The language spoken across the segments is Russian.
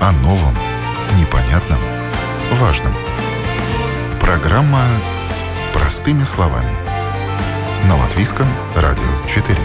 О новом, непонятном, важном. Программа «Простыми словами» на Латвийском радио 4.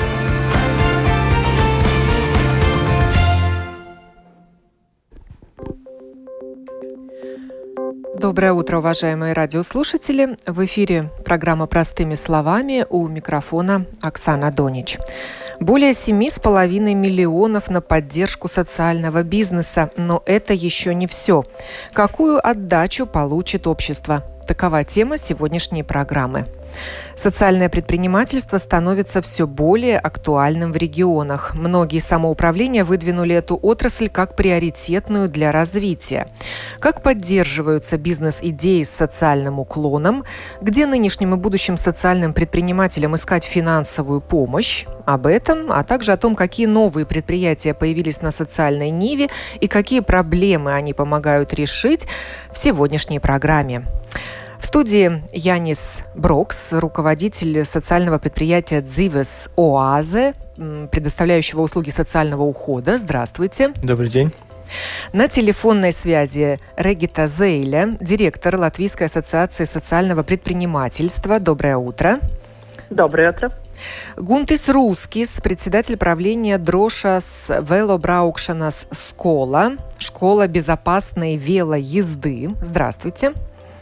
Доброе утро, уважаемые радиослушатели. В эфире программа «Простыми словами», у микрофона Оксана Донич. Более 7,5 миллионов на поддержку социального бизнеса. Но это еще не все. Какую отдачу получит общество? Такова тема сегодняшней программы. Социальное предпринимательство становится все более актуальным в регионах. Многие самоуправления выдвинули эту отрасль как приоритетную для развития. Как поддерживаются бизнес-идеи с социальным уклоном? Где нынешним и будущим социальным предпринимателям искать финансовую помощь? Об этом, а также о том, какие новые предприятия появились на социальной ниве и какие проблемы они помогают решить, в сегодняшней программе. В студии Янис Брокс, руководитель социального предприятия Dzīves Oāze, предоставляющего услуги социального ухода. Здравствуйте. Добрый день. На телефонной связи Регита Зейля, директор Латвийской ассоциации социального предпринимательства. Доброе утро. Доброе утро. Гунтис Рускис, председатель правления Дрошас Велобраукшанас Скола, школа безопасной велоезды. Здравствуйте.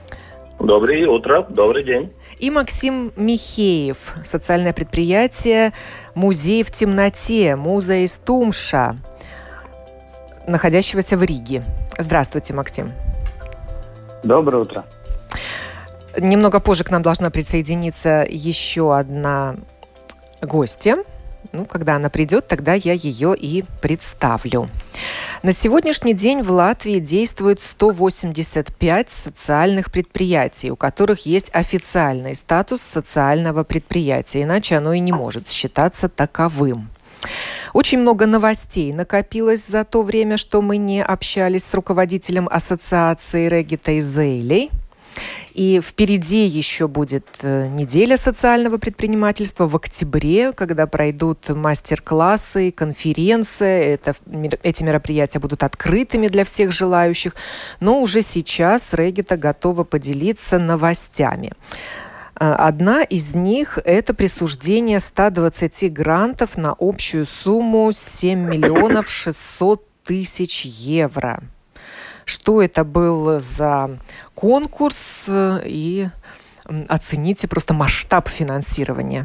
Доброе утро, добрый день. И Максим Михеев, социальное предприятие «Музей в темноте», Музей Стумша, находящегося в Риге. Здравствуйте, Максим. Доброе утро. Немного позже к нам должна присоединиться еще одна гостья. Когда она придет, тогда я ее и представлю. На сегодняшний день в Латвии действует 185 социальных предприятий, у которых есть официальный статус социального предприятия, иначе оно и не может считаться таковым. Очень много новостей накопилось за то время, что мы не общались с руководителем ассоциации Регитой Зейлей. И впереди еще будет неделя социального предпринимательства в октябре, когда пройдут мастер-классы, конференции. Эти мероприятия будут открытыми для всех желающих. Но уже сейчас Регита готова поделиться новостями. Одна из них – это присуждение 120 грантов на общую сумму 7 миллионов 600 тысяч евро. Что это был за конкурс, и оцените просто масштаб финансирования.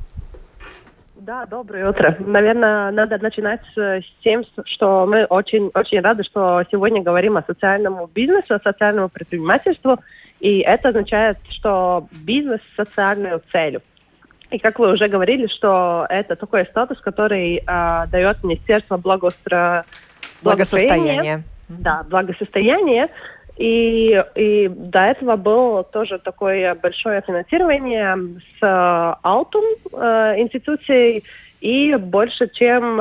Да, доброе утро. Наверное, надо начинать с тем, что мы очень рады, что сегодня говорим о социальном бизнесе, о социальном предпринимательстве, и это означает, что бизнес с социальной целью. И как вы уже говорили, что это такой статус, который дает Министерство благосостояния. Да, благосостояние. И до этого было тоже такое большое финансирование с Алтум институцией, и больше чем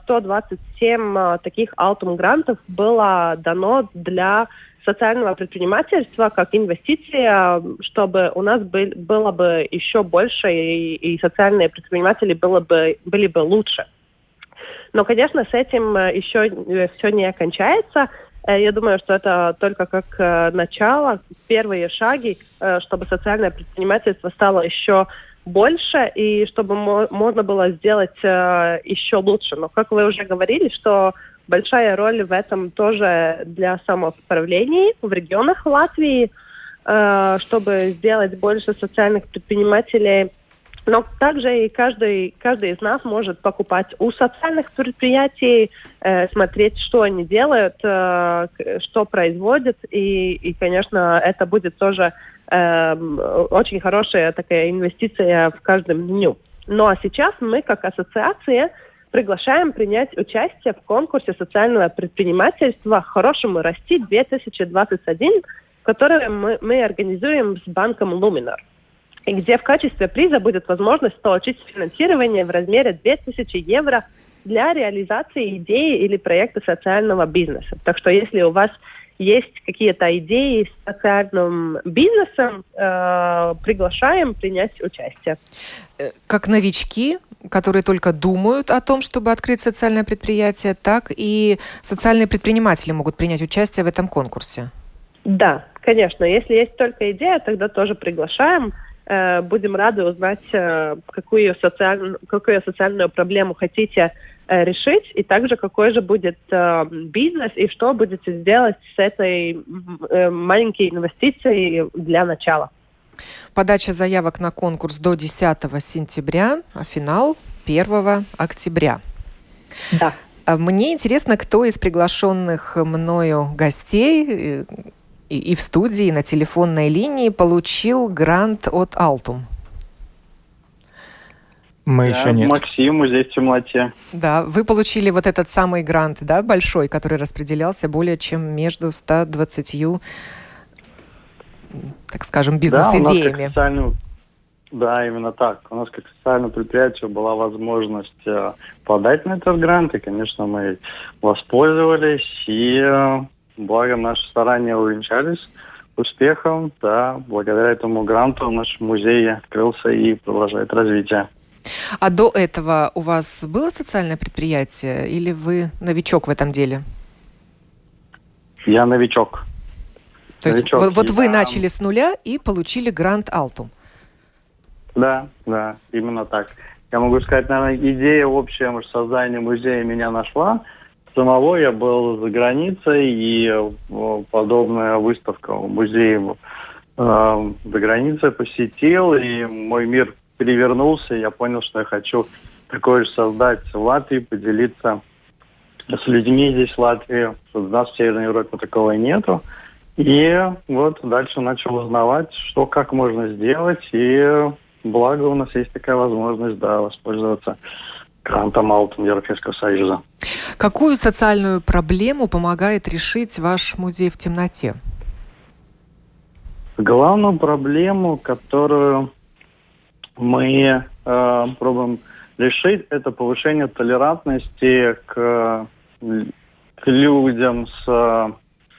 127 таких Алтум грантов было дано для социального предпринимательства как инвестиция, чтобы у нас было бы еще больше, и социальные предприниматели были бы лучше. Но, конечно, с этим еще все не кончается. Я думаю, что это только как начало, первые шаги, чтобы социальное предпринимательство стало еще больше и чтобы можно было сделать еще лучше. Но, как вы уже говорили, что большая роль в этом тоже для самоуправлений в регионах Латвии, чтобы сделать больше социальных предпринимателей. Но также и каждый из нас может покупать у социальных предприятий, смотреть, что они делают, что производят. И, конечно, это будет тоже очень хорошая такая инвестиция в каждом дню. Ну а сейчас мы, как ассоциация, приглашаем принять участие в конкурсе социального предпринимательства «Хорошему расти-2021», который мы организуем с банком «Луминор», и где в качестве приза будет возможность получить финансирование в размере 2000 евро для реализации идеи или проекта социального бизнеса. Так что если у вас есть какие-то идеи с социальным бизнесом, приглашаем принять участие. Как новички, которые только думают о том, чтобы открыть социальное предприятие, так и социальные предприниматели могут принять участие в этом конкурсе. Да, конечно. Если есть только идея, тогда тоже приглашаем. Будем рады узнать, какую социальную проблему хотите решить, и также какой же будет бизнес, и что будете делать с этой маленькой инвестицией для начала. Подача заявок на конкурс до 10 сентября, а финал 1 октября. Да. Мне интересно, кто из приглашенных мною гостей и в студии, и на телефонной линии получил грант от Altum. Мы еще нет. Максим, здесь в темноте. Да, вы получили вот этот самый грант, да, большой, который распределялся более чем между 120, так скажем, бизнес-идеями. Да, именно так. У нас как социальное предприятие была возможность подать на этот грант, и, конечно, мы воспользовались, и благо наши старания увенчались успехом. Да, благодаря этому гранту наш музей открылся и продолжает развитие. А до этого у вас было социальное предприятие, или вы новичок в этом деле? Я новичок. То есть вот вы начали с нуля и получили грант Altum. Да, именно так. Я могу сказать, наверное, идея общая создания музея меня нашла. Самого я был за границей, и подобная выставка в музее за границей посетил, и мой мир перевернулся, и я понял, что я хочу такое же создать в Латвии, поделиться с людьми здесь в Латвии. У нас в Северной Европе такого нету. И вот дальше начал узнавать, что как можно сделать, и благо у нас есть такая возможность, да, воспользоваться грантом Altum Европейского Союза. Какую социальную проблему помогает решить ваш музей в темноте? Главную проблему, которую мы пробуем решить, это повышение толерантности к людям с,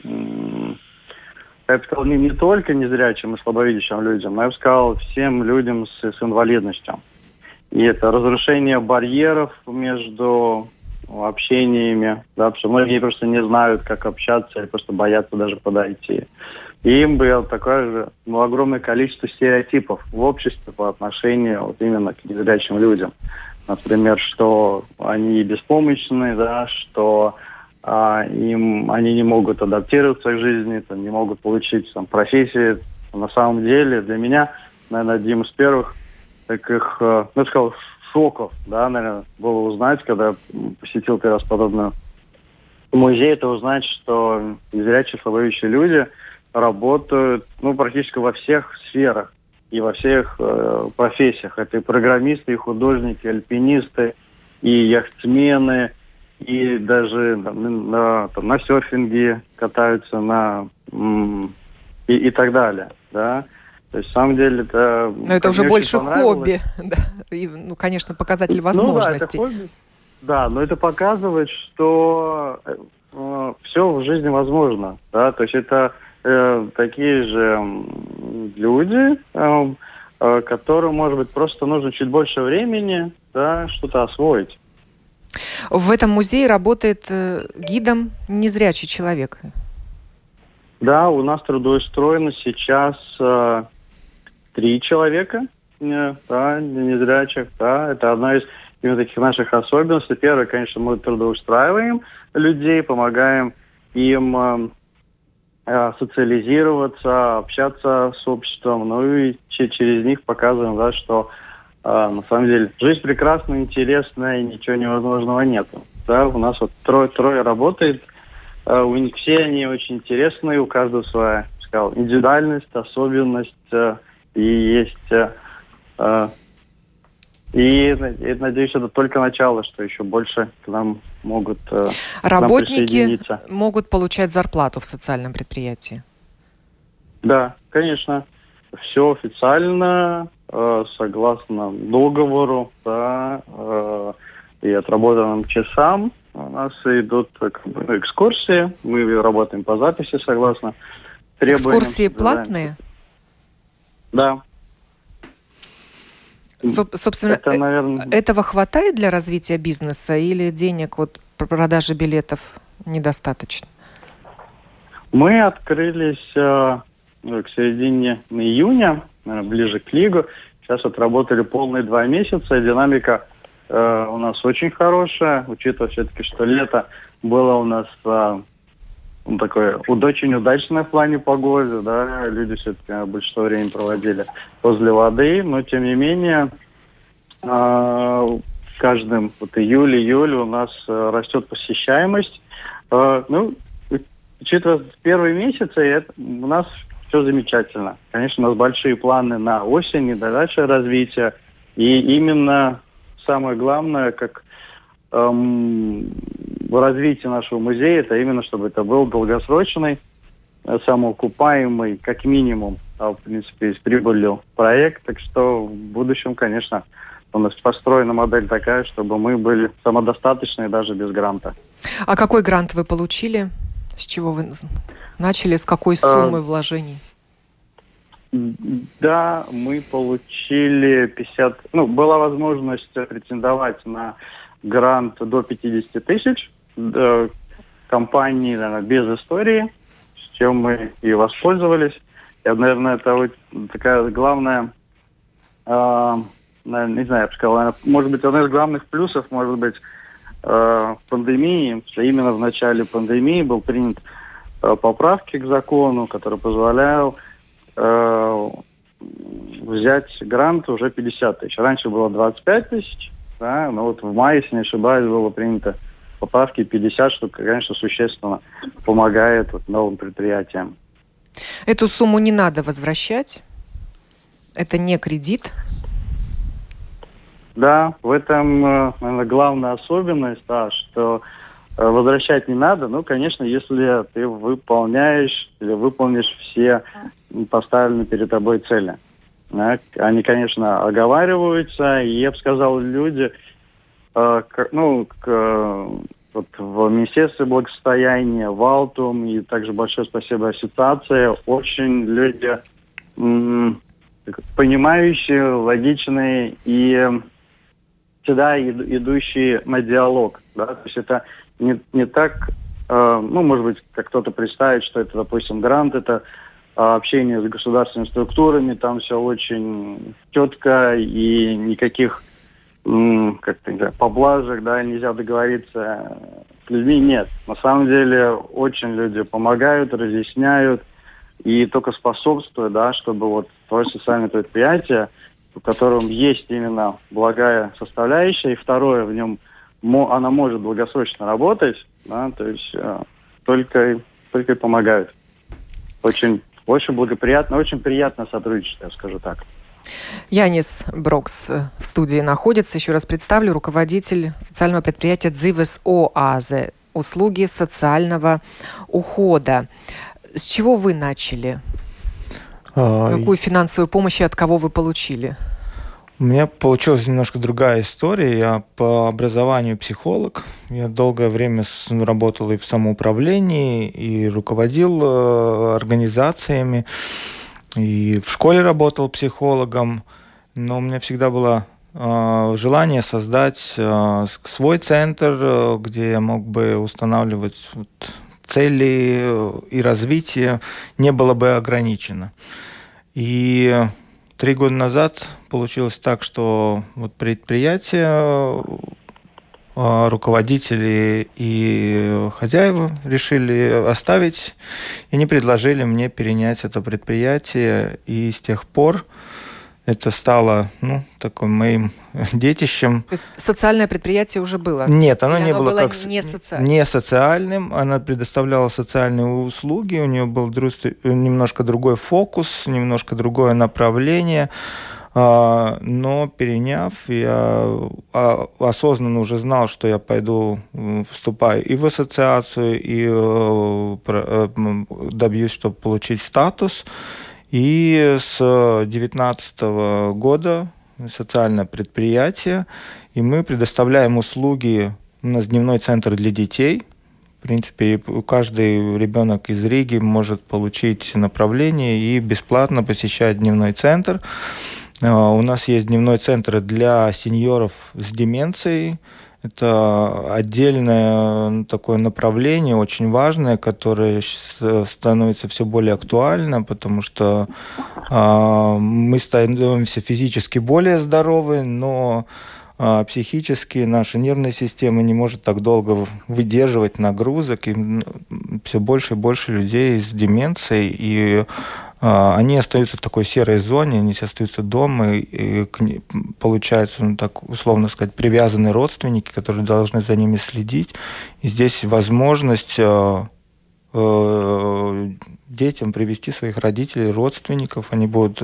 я бы сказал, не только незрячим и слабовидящим людям, но я бы сказал всем людям с инвалидностью. И это разрушение барьеров между общениями, да, потому что многие просто не знают, как общаться, или просто боятся даже подойти. И им было такое же огромное количество стереотипов в обществе по отношению вот именно к незрячим людям. Например, что они беспомощны, да, что они не могут адаптироваться к жизни, там, не могут получить там, профессии. На самом деле для меня, наверное, одним из первых таких, я сказал, шоков, да, наверное, было узнать, когда посетил первый раз подобный музей, это узнать, что незрячие, слабовидящие люди работают, практически во всех сферах и во всех профессиях. Это и программисты, и художники, и альпинисты, и яхтсмены, и даже на серфинге катаются, и так далее, да. То есть, на самом деле, это... Но это уже больше хобби, да. И, конечно, показатель возможностей. Да, но это показывает, что все в жизни возможно, да. То есть это такие же люди, которым, может быть, просто нужно чуть больше времени, да, что-то освоить. В этом музее работает гидом незрячий человек. Да, у нас трудоустроено сейчас 3 человека, да, незрячих, да, это одна из именно таких наших особенностей. Первое, конечно, мы трудоустраиваем людей, помогаем им социализироваться, общаться с обществом, и через них показываем, да, что на самом деле жизнь прекрасна, интересная, и ничего невозможного нету. Да, у нас вот трое работает, у них все они очень интересные, у каждого своя, сказал, индивидуальность, особенность, и есть... И надеюсь, это только начало, что еще больше к нам могут Работники могут получать зарплату в социальном предприятии? Да, конечно. Все официально, согласно договору, да, и отработанным часам. нас идут экскурсии, мы работаем по записи согласно требованиям. Экскурсии платные? Да. Собственно, это, наверное... этого хватает для развития бизнеса или денег от продажи билетов недостаточно? Мы открылись к середине июня, ближе к лигу. Сейчас отработали полные 2 месяца. Динамика у нас очень хорошая, учитывая все-таки, что лето было у нас такое очень удачное в плане погоды. Да? Люди все-таки большинство времени проводили возле воды, но тем не менее каждым июль у нас растет посещаемость. Учитывая первые месяцы, у нас все замечательно. Конечно, у нас большие планы на осень и дальше развитие. И именно самое главное, как развитие нашего музея, это именно, чтобы это был долгосрочный, самоокупаемый, как минимум, в принципе, с прибылью проект. Так что в будущем, конечно, у нас построена модель такая, чтобы мы были самодостаточны даже без гранта. А какой грант вы получили? С чего вы начали? С какой суммы вложений? Да, мы получили 50... была возможность претендовать на грант до 50 тысяч компании, наверное, без истории, с чем мы и воспользовались. И, наверное, это такая главная... не знаю, я бы сказал, может быть, один из главных плюсов, может быть, пандемии, что именно в начале пандемии был принят поправки к закону, который позволял взять грант уже 50 тысяч. Раньше было 25 тысяч, да, но в мае, если не ошибаюсь, было принято поправки 50, что, конечно, существенно помогает новым предприятиям. Эту сумму не надо возвращать? Это не кредит? Да, в этом, наверное, главная особенность, да, что возвращать не надо. Конечно, если ты выполнишь все поставленные перед тобой цели. Да, они, конечно, оговариваются, и я бы сказал, люди, в Министерстве благосостояния, в Алтум, и также большое спасибо ассоциации, очень люди понимающие, логичные и всегда идущие на диалог. Да? То есть это не так, может быть, как кто-то представит, что это, допустим, грант, это общение с государственными структурами, там все очень четко и никаких поблажек, да, нельзя договориться с людьми. Нет, на самом деле очень люди помогают, разъясняют и только способствуют, да, чтобы твое социальное предприятие, в котором есть именно благая составляющая, и второе, в нем она может долгосрочно работать, да, то есть только и помогают. Очень благоприятно, очень приятно сотрудничество, я скажу так. Янис Брокс в студии находится. Еще раз представлю, руководитель социального предприятия «Dzīves Oāze», услуги социального ухода. С чего вы начали? Какую финансовую помощь и от кого вы получили? У меня получилась немножко другая история. Я по образованию психолог. Я долгое время работал и в самоуправлении, и руководил организациями, и в школе работал психологом. Но у меня всегда было желание создать свой центр, где я мог бы устанавливать цели, и развитие не было бы ограничено. И 3 года назад получилось так, что предприятие, руководители и хозяева решили оставить, и они предложили мне перенять это предприятие, и с тех пор это стало таким моим детищем. Социальное предприятие уже было? Нет, оно не было как не социальным. Она предоставляла социальные услуги, у нее был немножко другой фокус, немножко другое направление. Но переняв, я осознанно уже знал, что я пойду, вступаю и в ассоциацию, и добьюсь, чтобы получить статус. И с 2019 года социальное предприятие, и мы предоставляем услуги У нас дневной центр для детей. В принципе, каждый ребенок из Риги может получить направление и бесплатно посещать дневной центр. У нас есть дневной центр для сеньоров с деменцией. Это отдельное такое направление, очень важное, которое становится все более актуально, потому что мы становимся физически более здоровы, но психически наша нервная система не может так долго выдерживать нагрузок, и все больше и больше людей с деменцией, и они остаются в такой серой зоне, они остаются дома, и получаются, ну, так условно сказать, привязанные родственники, которые должны за ними следить. И здесь возможность детям привести своих родителей, родственников, они будут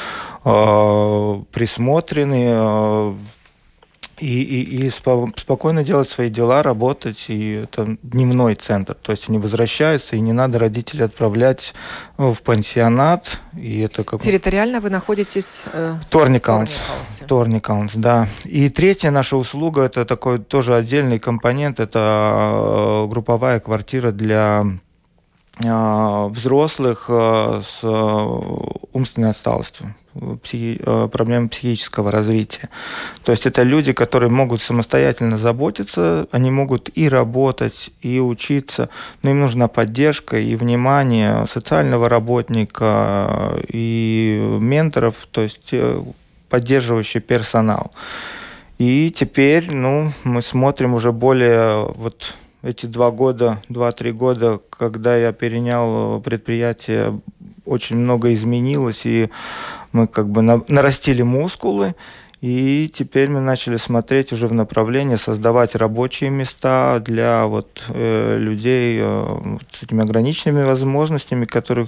присмотрены, и спокойно делать свои дела, работать, и это дневной центр. То есть они возвращаются, и не надо родителей отправлять в пансионат. И это как... Территориально вы находитесь в Торникаунс, да. И третья наша услуга, это такой тоже отдельный компонент, это групповая квартира для взрослых с умственной отсталостью, проблемы психического развития. То есть это люди, которые могут самостоятельно заботиться, они могут и работать, и учиться, но им нужна поддержка и внимание социального работника и менторов, то есть поддерживающий персонал. И теперь, мы смотрим уже более эти 2-3 года, когда я перенял предприятие, очень много изменилось, и мы как бы нарастили мускулы, и теперь мы начали смотреть уже в направлении создавать рабочие места для людей с этими ограниченными возможностями, которых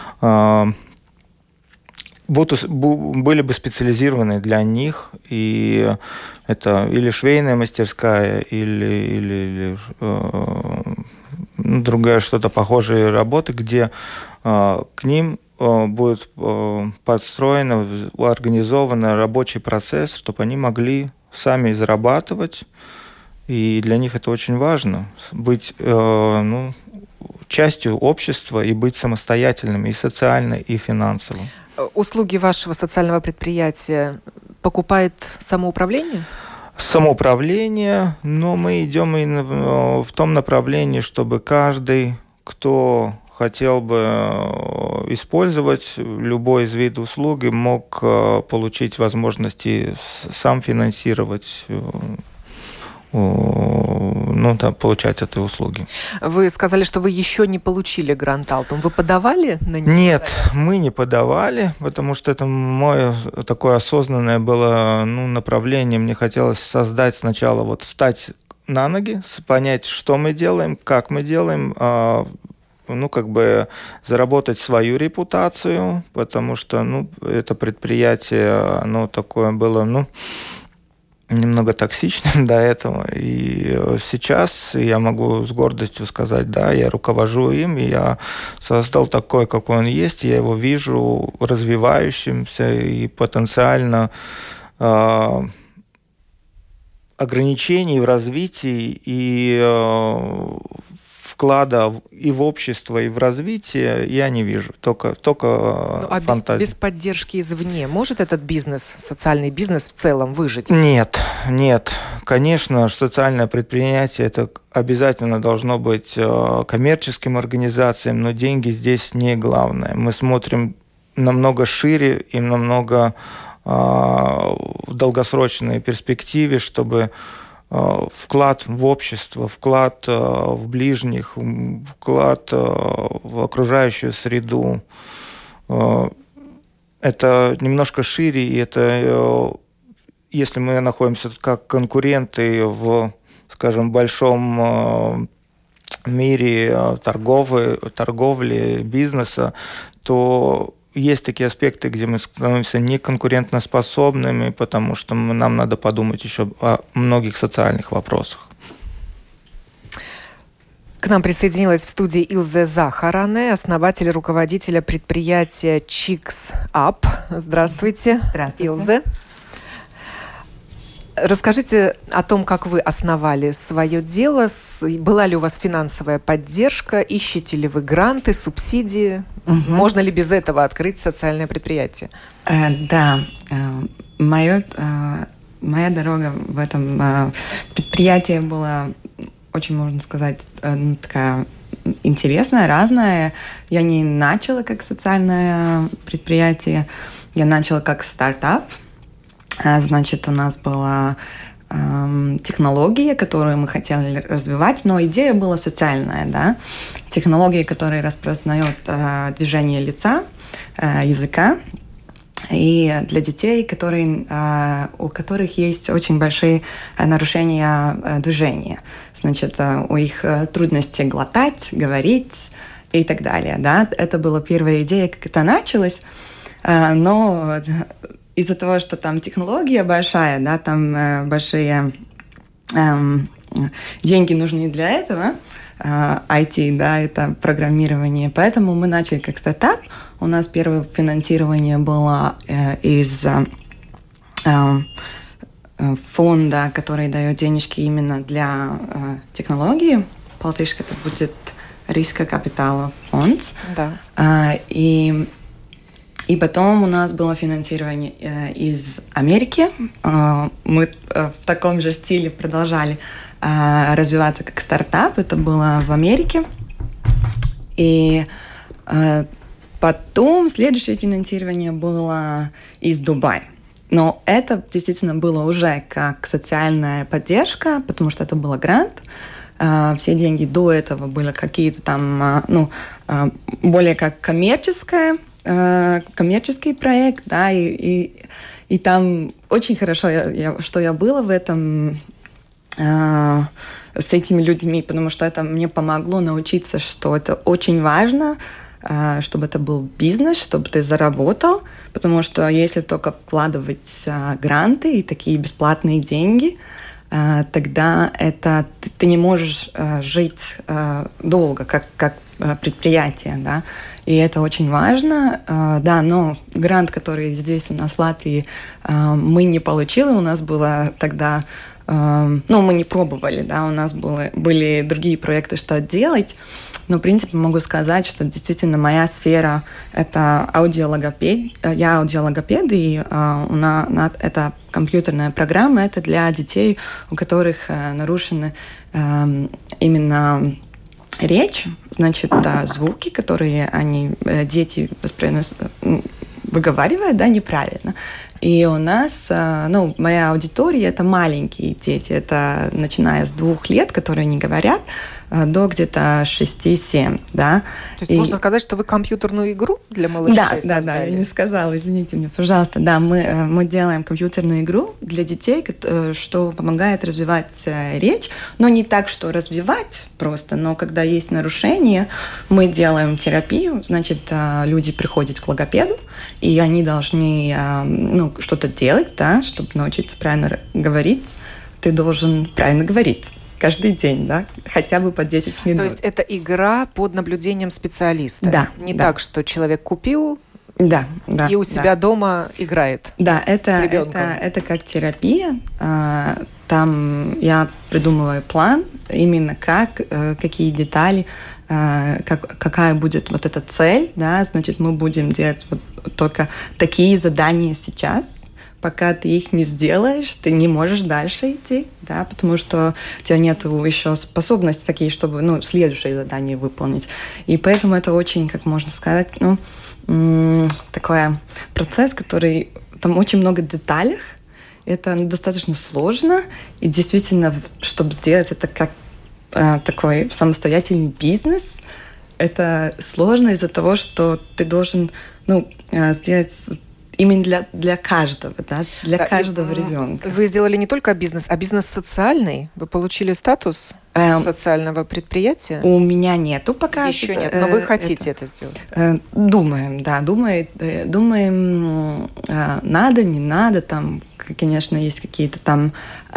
были бы специализированы для них, и это или швейная мастерская, или другая что-то похожие работы, где к ним будет подстроен, организован рабочий процесс, чтобы они могли сами зарабатывать, и для них это очень важно, быть частью общества и быть самостоятельными и социально, и финансово. Услуги вашего социального предприятия покупает самоуправление? Самоуправление, но мы идем и в том направлении, чтобы каждый, кто хотел бы использовать любой из видов услуги, мог получить возможности сам финансировать, получать эти услуги. Вы сказали, что вы еще не получили грант Алтум. Вы подавали на него? Нет, мы не подавали, потому что это мое такое осознанное было направление. Мне хотелось создать сначала, стать на ноги, понять, что мы делаем, как мы делаем, заработать свою репутацию, потому что, это предприятие, оно такое было, немного токсичным до этого. И сейчас я могу с гордостью сказать, да, я руковожу им, и я создал такой, какой он есть, я его вижу развивающимся и потенциально ограничений в развитии и вклада и в общество, и в развитие я не вижу. Только фантазия. Без поддержки извне может этот бизнес, социальный бизнес в целом выжить? Нет. Конечно, социальное предприятие это обязательно должно быть коммерческим организацией, но деньги здесь не главное. Мы смотрим намного шире и намного в долгосрочной перспективе, чтобы вклад в общество, вклад в ближних, вклад в окружающую среду. Это немножко шире, и это, если мы находимся как конкуренты в, скажем, большом мире торговли, бизнеса, то есть такие аспекты, где мы становимся неконкурентоспособными, потому что нам надо подумать еще о многих социальных вопросах. К нам присоединилась в студии Илзе Захаране, основатель и руководитель предприятия Chicks Up. Здравствуйте. Здравствуйте. Илзе. Расскажите о том, как вы основали свое дело. Была ли у вас финансовая поддержка? Ищете ли вы гранты, субсидии? Можно ли без этого открыть социальное предприятие? Да. Моя дорога в этом предприятии была очень, можно сказать, такая интересная, разная. Я не начала как социальное предприятие, я начала как стартап. Значит, у нас была технология, которую мы хотели развивать, но идея была социальная, да. Технология, которая распознает движение лица, языка, и для детей, у которых есть очень большие нарушения движения. Значит, у них трудности глотать, говорить и так далее. Да? Это была первая идея, как это началось. Но из-за того, что там технология большая, да, там большие деньги нужны для этого, IT, да, это программирование. Поэтому мы начали как стартап. У нас первое финансирование было из фонда, который дает денежки именно для технологии. По-латышски это будет риска капитала фонд. Да. И потом у нас было финансирование из Америки. Мы в таком же стиле продолжали развиваться как стартап. Это было в Америке. И потом следующее финансирование было из Дубая. Но это действительно было уже как социальная поддержка, потому что это был грант. Все деньги до этого были какие-то там, более как коммерческий проект, да, и там очень хорошо, что я была в этом с этими людьми, потому что это мне помогло научиться, что это очень важно, чтобы это был бизнес, чтобы ты заработал, потому что если только вкладывать гранты и такие бесплатные деньги, тогда ты не можешь жить долго, как предприятие, да, и это очень важно, да, но грант, который здесь у нас в Латвии, мы не получили, у нас было тогда, мы не пробовали, да, у нас были другие проекты, что делать, но, в принципе, могу сказать, что действительно моя сфера – это аудиологопед, я аудиологопед, и это компьютерная программа, это для детей, у которых нарушены именно речь, значит, звуки, которые дети выговаривают, да, неправильно. И у нас, моя аудитория – это маленькие дети, это начиная с 2 лет, которые не говорят, до где-то 6-7, да. То есть можно сказать, что вы компьютерную игру для малышей создали? Да, я не сказала, извините меня, пожалуйста. Да, мы делаем компьютерную игру для детей, что помогает развивать речь, но не так, что развивать просто, но когда есть нарушения, мы делаем терапию, значит, люди приходят к логопеду, и они должны что-то делать, да, чтобы научиться правильно говорить, ты должен правильно говорить. Каждый день, да, хотя бы по 10 минут. То есть это игра под наблюдением специалиста? Да. Не так, что человек купил и у себя дома играет? Да, это как терапия. Там я придумываю план, именно какие детали, какая будет вот эта цель, да, значит, мы будем делать вот только такие задания сейчас. Пока ты их не сделаешь, ты не можешь дальше идти, да, потому что у тебя нет еще способности такие, чтобы следующее задание выполнить. И поэтому это очень, как можно сказать, такой процесс, который там очень много деталей. Это достаточно сложно. И действительно, чтобы сделать это как такой самостоятельный бизнес, это сложно из-за того, что ты должен сделать именно для каждого, да, для каждого ребенка. Вы сделали не только бизнес, а бизнес социальный. Вы получили статус социального предприятия? У меня нету пока. Еще нет, но вы хотите это сделать? Думаем, да, думаем, надо, не надо, там, конечно, есть какие-то там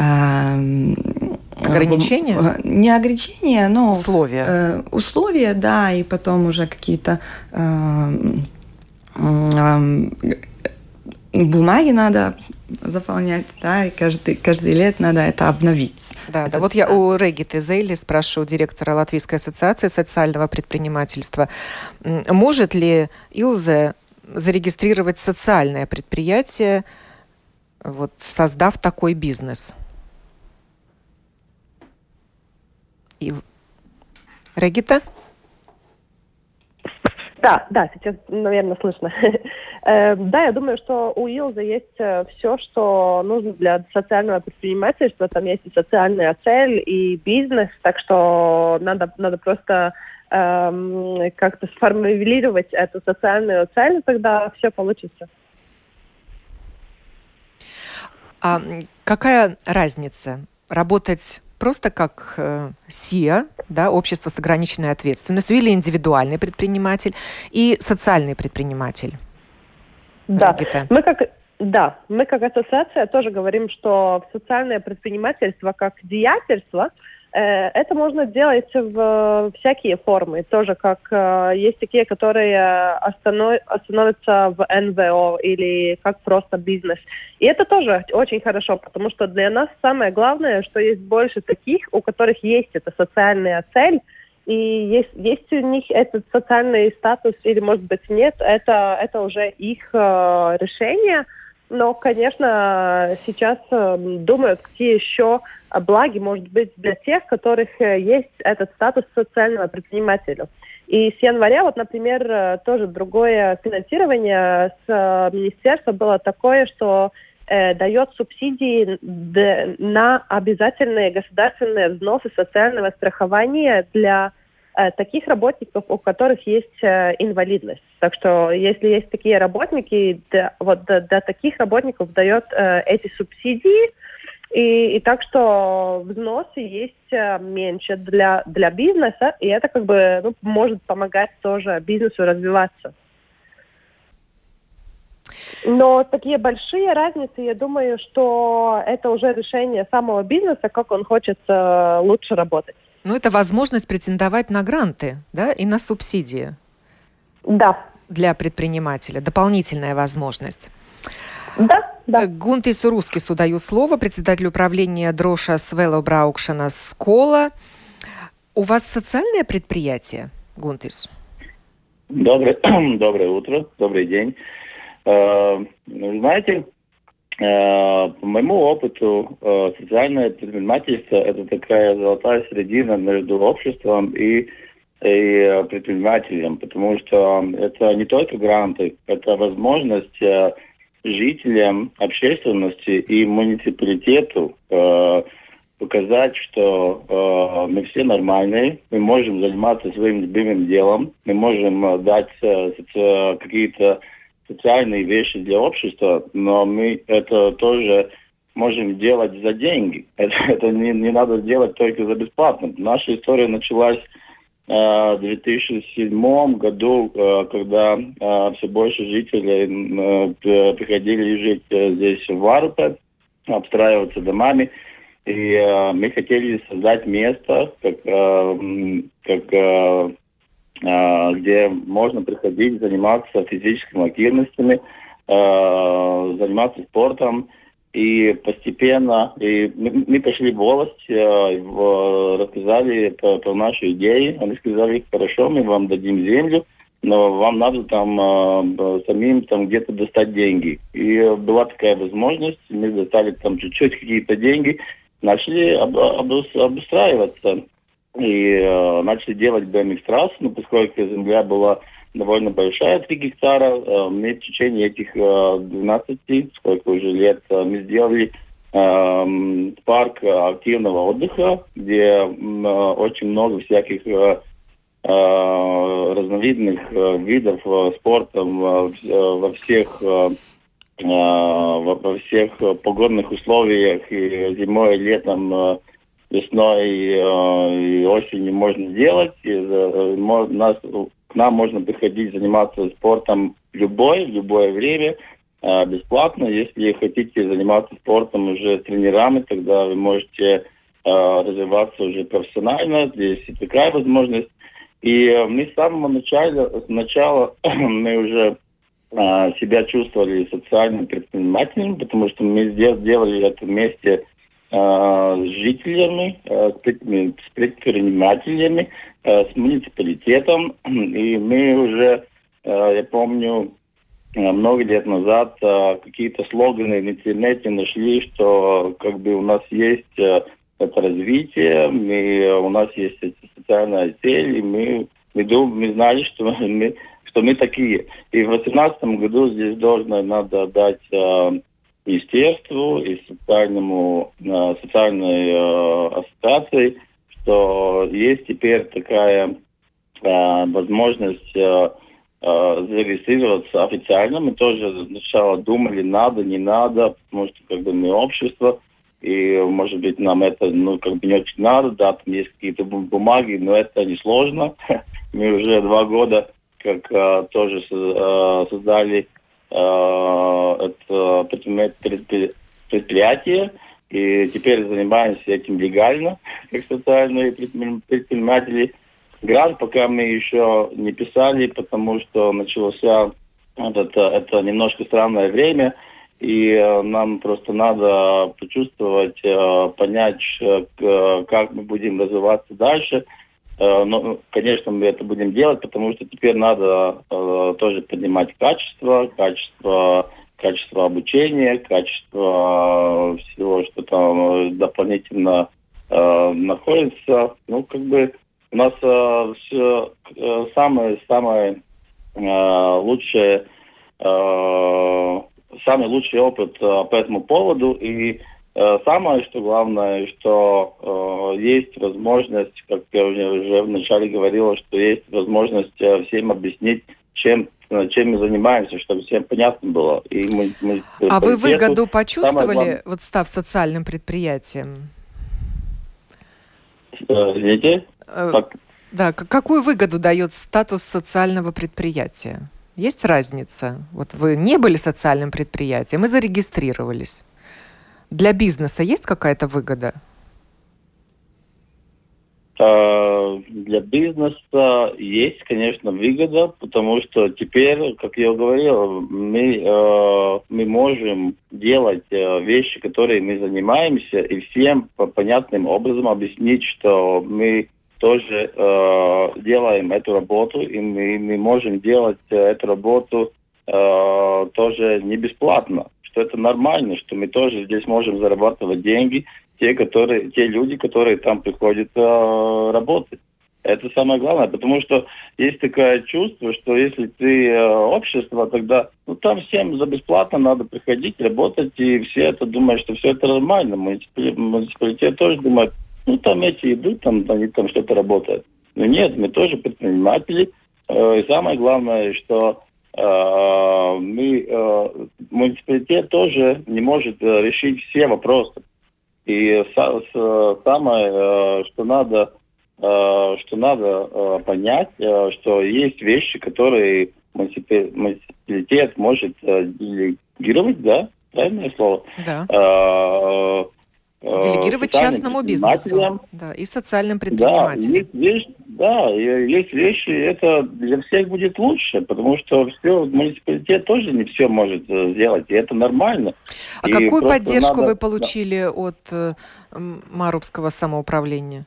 ограничения? Не ограничения, но условия. Условия, да, и потом уже какие-то бумаги надо заполнять, да, и каждый лет надо это обновить. Да, вот я у Региты Зейли спрошу, директора Латвийской ассоциации социального предпринимательства, может ли Илзе зарегистрировать социальное предприятие, вот, создав такой бизнес? Регита? Да, сейчас, наверное, слышно. Да, я думаю, что у Илзы есть все, что нужно для социального предпринимательства. Там есть и социальная цель, и бизнес, так что надо просто как-то сформулировать эту социальную цель, и тогда все получится. А какая разница? Работать просто как СИА, да, общество с ограниченной ответственностью, или индивидуальный предприниматель и социальный предприниматель? Да, мы как ассоциация тоже говорим, что социальное предпринимательство как деятельство это можно делать в всякие формы. Тоже как есть такие, которые остановятся в НВО или как просто бизнес. И это тоже очень хорошо, потому что для нас самое главное, что есть больше таких, у которых есть эта социальная цель, и есть у них этот социальный статус или, может быть, нет, это уже их решение. Но, конечно, сейчас думают, какие еще благи, может быть, для тех, у которых есть этот статус социального предпринимателя. И с января, вот, например, тоже другое финансирование с министерства было такое, что дает субсидии на обязательные государственные взносы социального страхования для таких работников, у которых есть инвалидность. Так что, если есть такие работники, для таких работников дает эти субсидии, и так что взносы есть меньше для бизнеса, и это как бы может помогать тоже бизнесу развиваться. Но такие большие разницы, я думаю, что это уже решение самого бизнеса, как он хочет лучше работать. Ну, это возможность претендовать на гранты, да, и на субсидии. Да. Для предпринимателя. Дополнительная возможность. Да. Гунтису Рускису даю слово, председателю управления Дроша Свело Браукшана Скола. У вас социальное предприятие, Гунтис? Доброе утро, добрый день. Знаете, по моему опыту, социальное предпринимательство – это такая золотая середина между обществом и предпринимателем, потому что это не только гранты, это возможность жителям, общественности и муниципалитету показать, что мы все нормальные, мы можем заниматься своим любимым делом, мы можем дать какие-то социальные вещи для общества, но мы это тоже можем делать за деньги. Это не надо делать только за бесплатно. Наша история началась в 2007 году, когда все больше жителей приходили жить здесь в Варупе, обстраиваться домами. И мы хотели создать место, где можно приходить, заниматься физическими активностями, заниматься спортом. И постепенно мы пошли в волость, рассказали про нашу идею. Они сказали: хорошо, мы вам дадим землю, но вам надо там самим там где-то достать деньги. И была такая возможность, мы достали там чуть-чуть какие-то деньги, начали обустраиваться. И начали делать BMX-трассу, но поскольку земля была довольно большая, 3 гектара, мы в течение этих 12, сколько уже лет, мы сделали парк активного отдыха, где очень много всяких разновидных видов спорта во всех погодных условиях, и зимой, и летом, весной и осенью можно делать. К нам можно приходить заниматься спортом в любое время, бесплатно. Если хотите заниматься спортом уже с тренерами, тогда вы можете развиваться уже профессионально. Здесь и такая возможность. И мы с самого начала мы уже себя чувствовали социальными предпринимателями, потому что мы сделали это вместе с жителями, с предпринимателями, с муниципалитетом. И мы уже, я помню, много лет назад какие-то слоганы в интернете нашли, что как бы у нас есть это развитие, у нас есть социальная цель, и мы знали, что мы такие. И в 2018 году здесь надо дать министерству и социальной ассоциации, что есть теперь такая возможность зарегистрироваться официально. Мы тоже сначала думали, надо, не надо, потому что как бы мы общество, и может быть нам это не очень надо, да, там есть какие-то бумаги, но это не сложно. Мы уже 2 года как тоже создали это предприятие, и теперь занимаемся этим легально, как социальные предприниматели. Грант пока мы еще не писали, потому что начался это немножко странное время, и нам просто надо почувствовать, понять, как мы будем развиваться дальше. Но, конечно, мы это будем делать, потому что теперь надо тоже поднимать качество обучения, качество всего, что там дополнительно находится. Ну, как бы у нас все самый лучший опыт по этому поводу. И самое, что главное, что есть возможность, как я уже вначале говорил, что есть возможность всем объяснить, чем мы занимаемся, чтобы всем понятно было. И а вы выгоду почувствовали, вот став социальным предприятием? Извините? Да, какую выгоду дает статус социального предприятия? Есть разница? Вот вы не были социальным предприятием и зарегистрировались. Для бизнеса есть какая-то выгода? Для бизнеса есть, конечно, выгода, потому что теперь, как я говорил, мы можем делать вещи, которые мы занимаемся, и всем понятным образом объяснить, что мы тоже делаем эту работу, и мы можем делать эту работу тоже не бесплатно, что это нормально, что мы тоже здесь можем зарабатывать деньги, те люди, которые там приходят работать. Это самое главное, потому что есть такое чувство, что если ты общество, тогда там всем за бесплатно надо приходить, работать, и все это думают, что все это нормально. Муниципалитет тоже думает, там эти идут, они там что-то работают. Но нет, мы тоже предприниматели. И самое главное, что муниципалитет тоже не может решить все вопросы. И самое, что надо понять, что есть вещи, которые муниципалитет может делегировать, да, правильное слово? Да. Делегировать частному бизнесу, да, и социальным предпринимателям. Есть вещи, это для всех будет лучше, потому что все муниципалитет тоже не все может сделать, и это нормально. А какую поддержку вы получили от Марубского самоуправления?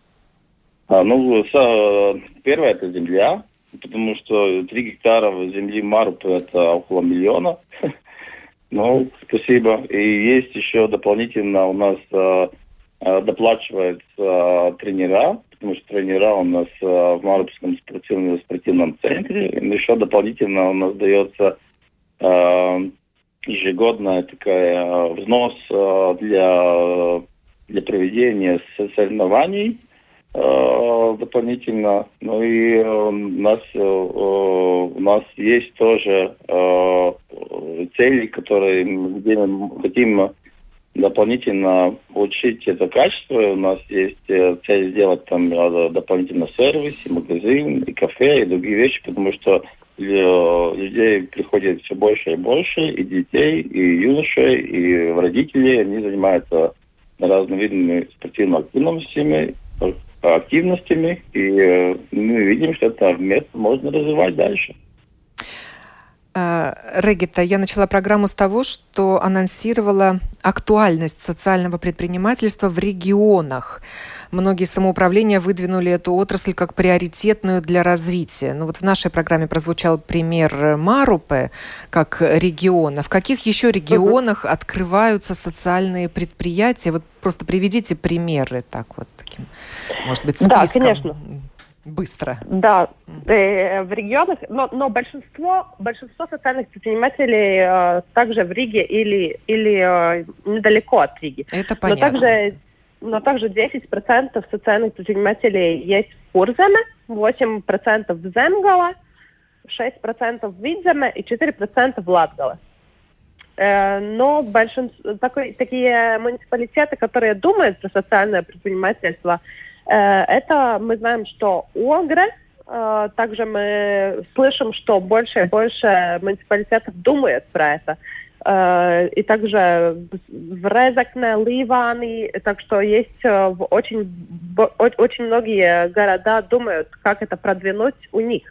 Первое это земля, потому что 3 гектара земли Маруб это около 1 миллиона. Спасибо. И есть еще дополнительно у нас доплачиваются тренера, потому что тренера у нас в Марубском спортивном центре. И еще дополнительно у нас дается ежегодная такая взнос для проведения соревнований дополнительно. И у нас есть тоже цели, где мы хотим дополнительно улучшить это качество. У нас есть цель сделать там дополнительно сервис, и магазин, и кафе, и другие вещи, потому что людей приходит все больше и больше, и детей, и юношей, и родителей. Они занимаются разными видами спортивными активностями, и мы видим, что это место можно развивать дальше. Регита, я начала программу с того, что анонсировала актуальность социального предпринимательства в регионах. Многие самоуправления выдвинули эту отрасль как приоритетную для развития. Ну вот в нашей программе прозвучал пример Марупе как региона. В каких еще регионах открываются социальные предприятия? Вот просто приведите примеры так вот таким, может быть, списком. Да, конечно. Быстро. Да, в регионах, но большинство социальных предпринимателей также в Риге или недалеко от Риги. Это понятно. Но также 10% социальных предпринимателей есть в Курземе, 8% в Земгале, 6% в Видземе и 4% в Латгале. Но такие муниципалитеты, которые думают про социальное предпринимательство, это мы знаем, что Огре, также мы слышим, что больше и больше муниципалитетов думают про это. И также в Резекне, Ливане, так что есть очень многие города думают, как это продвинуть у них.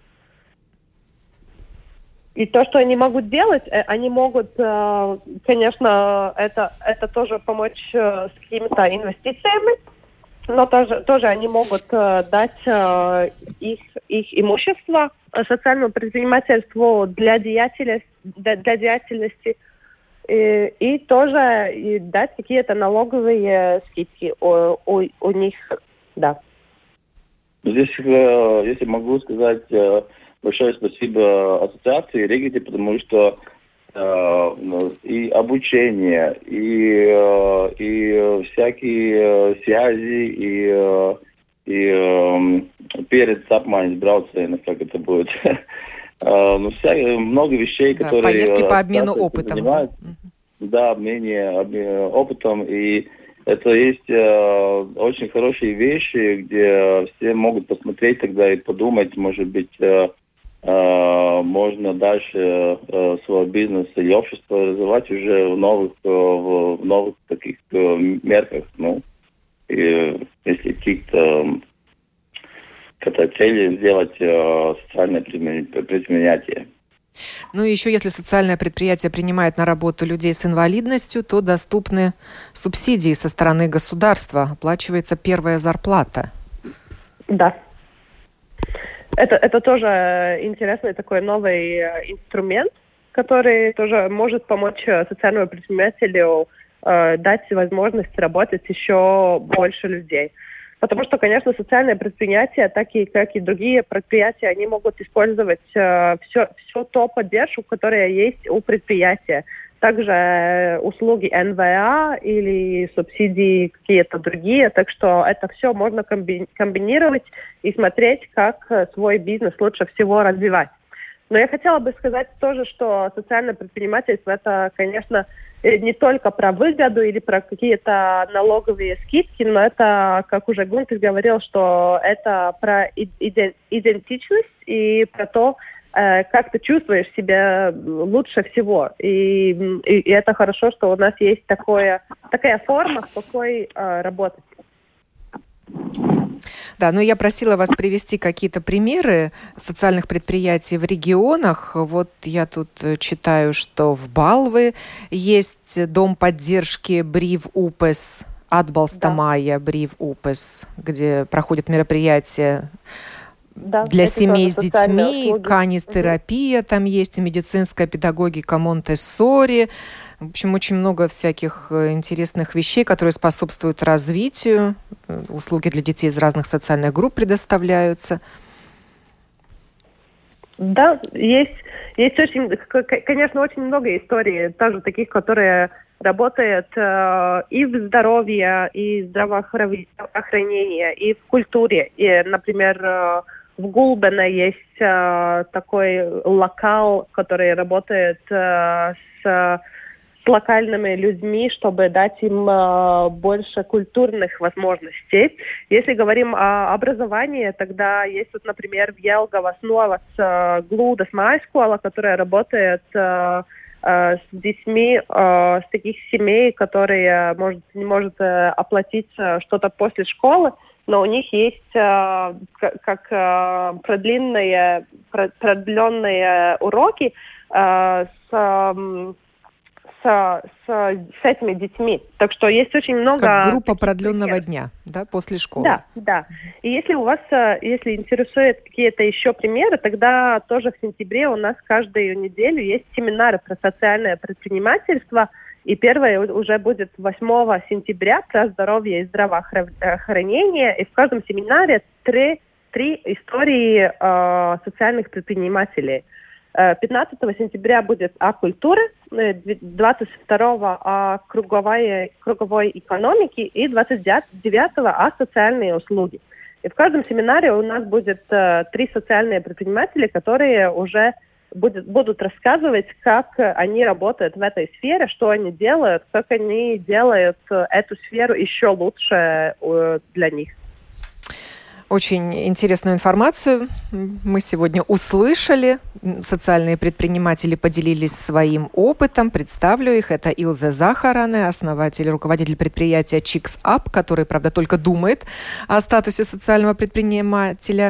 И то, что они могут делать, они могут, конечно, это тоже помочь с какими-то инвестициями, но тоже они могут дать их имущество социальному предпринимательству для деятельности и тоже дать какие-то налоговые скидки у них, да. Здесь, если могу сказать, большое спасибо ассоциации Регити, потому что и обучение, и всякие связи, и перед апмайнс брауцейна, как это будет. Много вещей, которые... Поездки по обмену опытом. Да, обмен опытом. И это есть очень хорошие вещи, где все могут посмотреть тогда и подумать, может быть, можно дальше свой бизнес и общество развивать уже в новых таких мерках. Ну, и если какие-то цели сделать социальное предприятие. Ну и еще, если социальное предприятие принимает на работу людей с инвалидностью, то доступны субсидии со стороны государства, оплачивается первая зарплата. Да. Это тоже интересный такой новый инструмент, который тоже может помочь социальному предпринимателю дать возможность работать еще больше людей. Потому что, конечно, социальные предприятия, так и как и другие предприятия, они могут использовать всю ту поддержку, которая есть у предприятия. Также услуги НВА или субсидии какие-то другие. Так что это все можно комбинировать и смотреть, как свой бизнес лучше всего развивать. Но я хотела бы сказать тоже, что социальное предпринимательство – это, конечно, не только про выгоду или про какие-то налоговые скидки, но это, как уже Гунтер говорил, что это про идентичность и про то, как ты чувствуешь себя лучше всего. И это хорошо, что у нас есть такая форма, с какой работать. Да, но я просила вас привести какие-то примеры социальных предприятий в регионах. Вот я тут читаю, что в Балве есть дом поддержки Брив Упес, Atbalsta Брив Упес, где проходят мероприятия для семей с детьми, канистерапия там есть, и медицинская педагогика Монтессори. В общем, очень много всяких интересных вещей, которые способствуют развитию. Услуги для детей из разных социальных групп предоставляются. Да, есть очень, конечно, очень много историй, тоже таких, которые работают и в здоровье, и в здравоохранении, и в культуре. И, например, в Гулбене есть такой локал, который работает с локальными людьми, чтобы дать им больше культурных возможностей. Если говорим о образовании, тогда есть, вот, например, в Jelgavas novads Glūdas mājaskola, которая работает с детьми с таких семей, которые не может оплатить что-то после школы, но у них есть как продленные уроки, с этими детьми. Так что есть очень много... Как группа продленного дня, да, после школы. Да. И если у вас, если интересуют какие-то еще примеры, тогда тоже в сентябре у нас каждую неделю есть семинары про социальное предпринимательство. И первое уже будет 8 сентября про здоровье и здравоохранение. И в каждом семинаре три истории социальных предпринимателей. 15 сентября будет о культуре, 22 о круговой экономике и 29 о социальные услуги. И в каждом семинаре у нас будет 3 социальные предпринимателя, которые уже будут рассказывать, как они работают в этой сфере, что они делают, как они делают эту сферу еще лучше для них. Очень интересную информацию мы сегодня услышали. Социальные предприниматели поделились своим опытом. Представлю их. Это Илзе Захаране, основатель, руководитель предприятия Чикс-Ап, который, правда, только думает о статусе социального предприятия.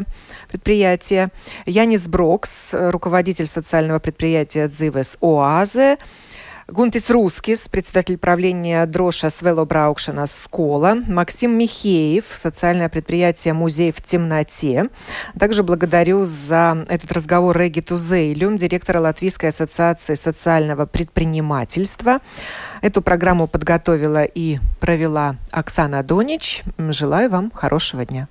Янис Брокс, руководитель социального предприятия Dzīves Oāze. Гунтис Рускис, председатель правления Дроша Свело Браукшена Скола, Максим Михеев, социальное предприятие «Музей в темноте». Также благодарю за этот разговор Региту Зейлю, директора Латвийской ассоциации социального предпринимательства. Эту программу подготовила и провела Оксана Донич. Желаю вам хорошего дня.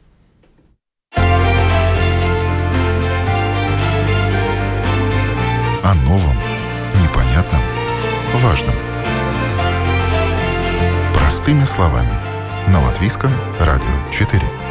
О новом, непонятном, важном. Простыми словами. На Латвийском радио 4.